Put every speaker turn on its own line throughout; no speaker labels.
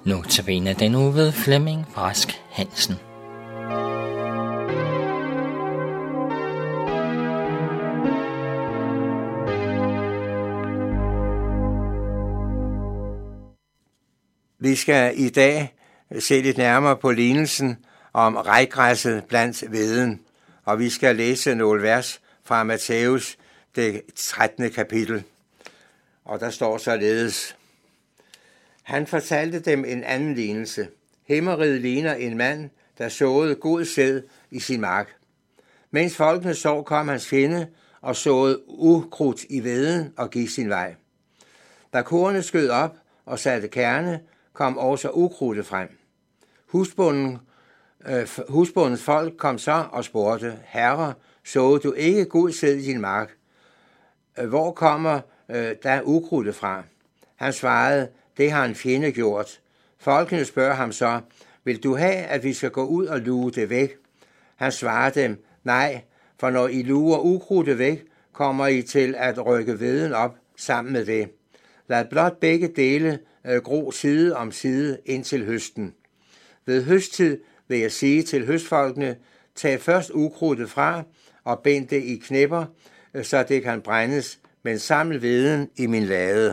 Notabene den uge ved Flemming Rask Hansen.
Vi skal i dag se lidt nærmere på lignelsen om rejgræsset blandt hveden, og vi skal læse nogle vers fra Matthæus, det 13. kapitel. Og der står således: Han fortalte dem en anden lignelse. Himmeriget ligner en mand, der såede god sæd i sin mark. Mens folkene sov, kom hans fjende og såede ukrudt i hveden og gik sin vej. Da kornet skød op og satte kerne, kom også ukrudtet frem. Husbondens folk kom så og spurgte: Herre, såede du ikke god sæd i din mark? Hvor kommer der ukrudtet fra? Han svarede: Det har en fjende gjort. Folkene spørger ham så: Vil du have, at vi skal gå ud og luge det væk? Han svarer dem: Nej, for når I luger ukrudtet væk, kommer I til at rykke hveden op sammen med det. Lad blot begge dele gro side om side indtil høsten. Ved høsttid vil jeg sige til høstfolkene: Tag først ukrudtet fra og bind det i knæpper, så det kan brændes, men saml hveden i min lade.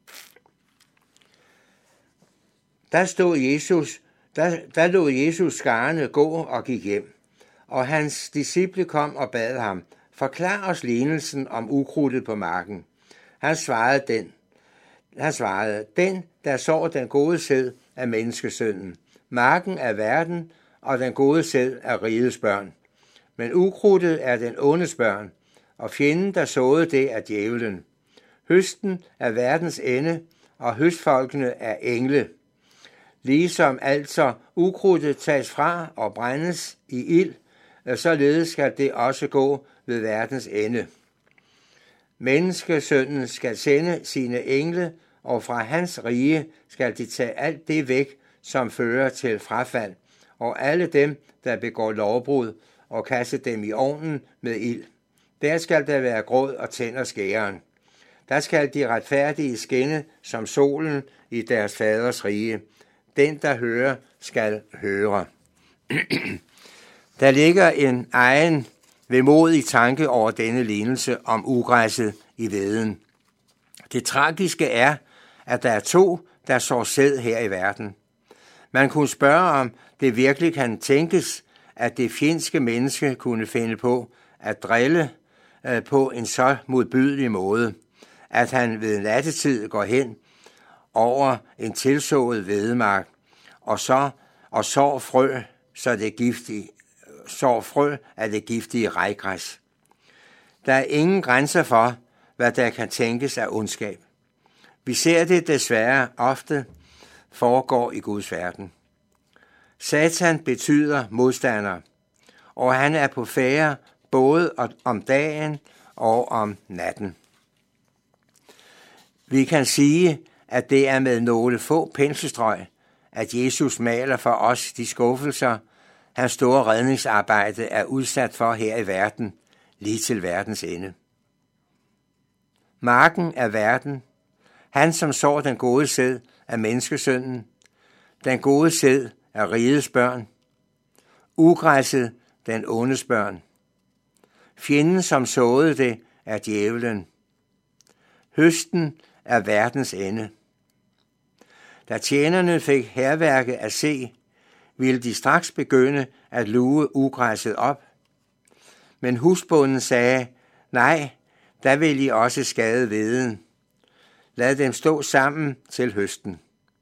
Der lod Jesus skarne gå og gik hjem, og hans disciple kom og bad ham: Forklar os lignelsen om ukrudtet på marken. Han svarede, den, der sår den gode sæd, er menneskesønnen. Marken er verden, og den gode sæd er rigets børn. Men ukrudtet er den ondes børn, og fjenden, der såede det, er djævelen. Høsten er verdens ende, og høstfolkene er engle. Ligesom altså ukrudtet tages fra og brændes i ild, således skal det også gå ved verdens ende. Menneskesønnen skal sende sine engle, og fra hans rige skal de tage alt det væk, som fører til frafald, og alle dem, der begår lovbrud, og kaste dem i ovnen med ild. Der skal der være gråd og tænder skæren. Der skal de retfærdige skinne som solen i deres faders rige. Den, der hører, skal høre. Der ligger en egen vemodig tanke over denne lignelse om ugræsset i hveden. Det tragiske er, at der er to, der sår sæd her i verden. Man kunne spørge, om det virkelig kan tænkes, at det fjendske menneske kunne finde på at drille på en så modbydelig måde, at han ved nattetid går hen over en tilsået hvedemark og sår frø, af det giftige rejgræs. Der er ingen grænser for, hvad der kan tænkes af ondskab. Vi ser det desværre ofte foregår i Guds verden. Satan betyder modstander, og han er på færde både om dagen og om natten. Vi kan sige, at det er med nogle få penselstrøg, at Jesus maler for os de skuffelser, hans store redningsarbejde er udsat for her i verden, lige til verdens ende. Marken er verden. Han, som sår den gode sæd, er menneskesønnen. Den gode sæd er rigets børn. Ugræsset, den ondes børn. Fjenden, som såede det, er djævelen. Høsten er verdens ende. Da tjenerne fik hærværket at se, ville de straks begynde at luge ugræsset op. Men husbonden sagde: Nej, der vil I også skade hveden. Lad dem stå sammen til høsten.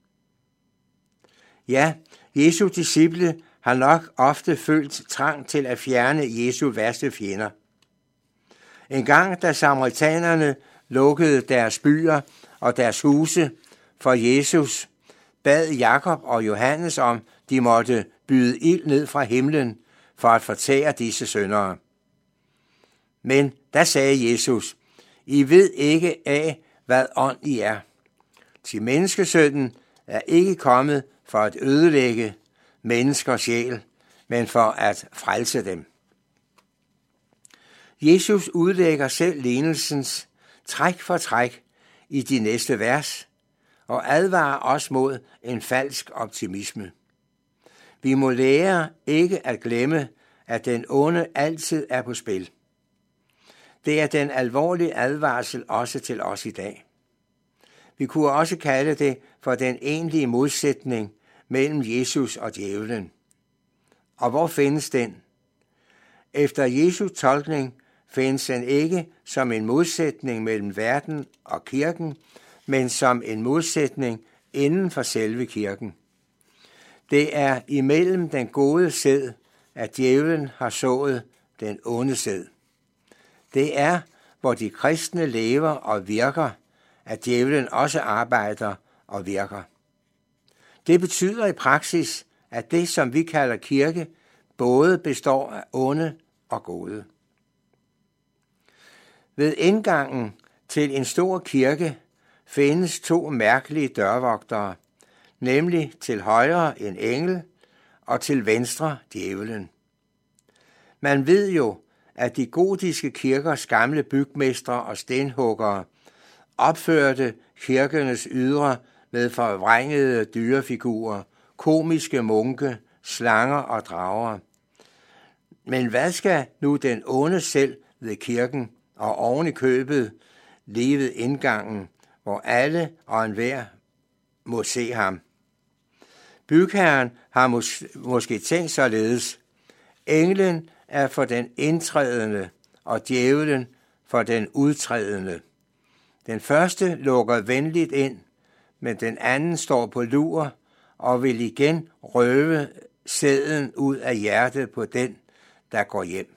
Ja, Jesu disciple har nok ofte følt trang til at fjerne Jesu værste fjender. En gang, da samaritanerne lukkede deres byer og deres huse for Jesus, bad Jakob og Johannes om, de måtte byde ild ned fra himlen for at fortære disse syndere. Men der sagde Jesus: I ved ikke af, hvad ånd I er. Til menneskesønnen er ikke kommet for at ødelægge menneskers sjæl, men for at frelse dem. Jesus udlægger selv lignelsens træk for træk i de næste vers, og advarer os mod en falsk optimisme. Vi må lære ikke at glemme, at den onde altid er på spil. Det er den alvorlige advarsel også til os i dag. Vi kunne også kalde det for den egentlige modsætning mellem Jesus og djævlen. Og hvor findes den? Efter Jesu tolkning findes den ikke som en modsætning mellem verden og kirken, men som en modsætning inden for selve kirken. Det er imellem den gode sæd, at djævlen har sået den onde sæd. Det er, hvor de kristne lever og virker, at djævlen også arbejder og virker. Det betyder i praksis, at det, som vi kalder kirke, både består af onde og gode. Ved indgangen til en stor kirke findes 2 mærkelige dørvogtere, nemlig til højre en engel og til venstre djævlen. Man ved jo, at de gotiske kirkers gamle bygmestre og stenhuggere opførte kirkernes ydre med forvrængede dyrefigurer, komiske munke, slanger og drager. Men hvad skal nu den onde selv ved kirken og oven i købet lige ved indgangen, hvor alle og enhver må se ham? Bygherren har måske tænkt således: englen er for den indtrædende, og djævlen for den udtrædende. Den første lukker venligt ind, men den anden står på lur og vil igen røve sæden ud af hjertet på den, der går hjem.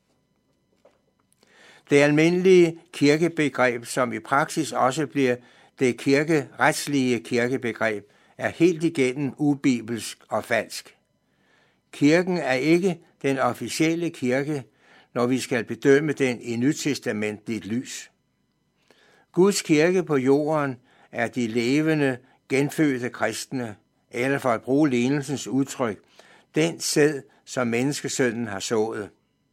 Det almindelige kirkebegreb, som i praksis også bliver det retslige kirkebegreb, er helt igennem ubibelsk og falsk. Kirken er ikke den officielle kirke, når vi skal bedømme den i nytestamentligt lys. Guds kirke på jorden er de levende, genfødte kristne, eller for at bruge lignelsens udtryk, den sæd, som menneskesønnen har sået.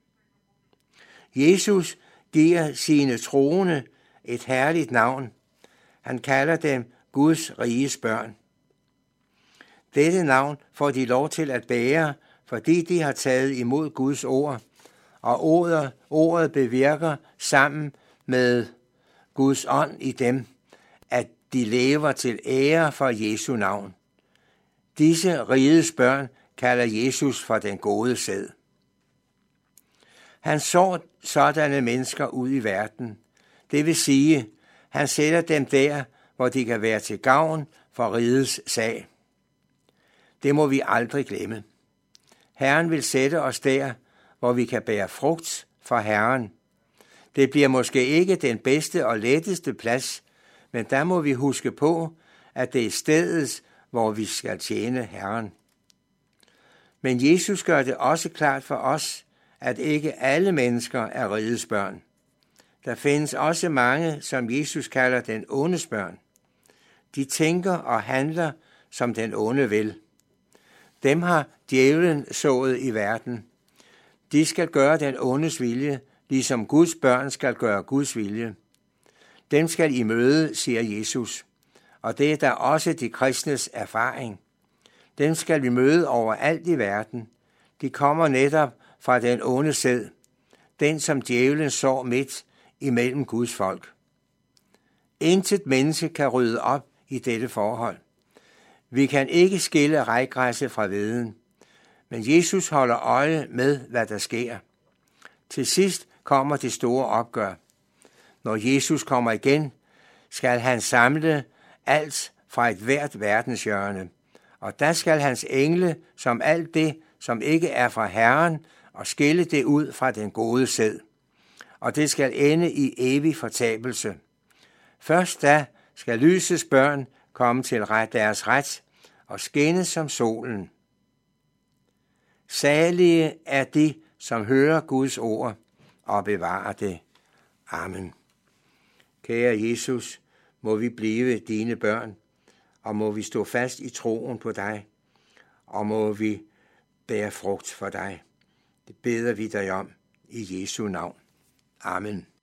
Jesus giver sine troende et herligt navn. Han kalder dem Guds riges børn. Dette navn får de lov til at bære, fordi de har taget imod Guds ord, og ordet bevirker sammen med Guds ånd i dem, at de lever til ære for Jesu navn. Disse riges børn kalder Jesus for den gode sæd. Han sår sådanne mennesker ud i verden. Det vil sige, han sætter dem der, hvor de kan være til gavn for rigets sag. Det må vi aldrig glemme. Herren vil sætte os der, hvor vi kan bære frugt for Herren. Det bliver måske ikke den bedste og letteste plads, men der må vi huske på, at det er stedet, hvor vi skal tjene Herren. Men Jesus gør det også klart for os, at ikke alle mennesker er rigets børn. Der findes også mange, som Jesus kalder den ondes børn. De tænker og handler, som den onde vil. Dem har djævlen sået i verden. De skal gøre den ondes vilje, ligesom Guds børn skal gøre Guds vilje. Dem skal I møde, siger Jesus. Og det er da også de kristnes erfaring. Dem skal vi møde overalt i verden. De kommer netop fra den onde sæd, den som djævlen sår midt imellem Guds folk. Intet menneske kan rydde op i dette forhold. Vi kan ikke skille rejgræsset fra hveden, men Jesus holder øje med, hvad der sker. Til sidst kommer det store opgør. Når Jesus kommer igen, skal han samle alt fra et hvert verdenshjørne, og der skal hans engle, som alt det, som ikke er fra Herren, og skille det ud fra den gode sæd. Og det skal ende i evig fortabelse. Først da skal lysets børn komme til deres ret og skinne som solen. Salige er de, som hører Guds ord og bevarer det. Amen. Kære Jesus, må vi blive dine børn, og må vi stå fast i troen på dig, og må vi bære frugt for dig. Det beder vi dig om i Jesu navn. Amen.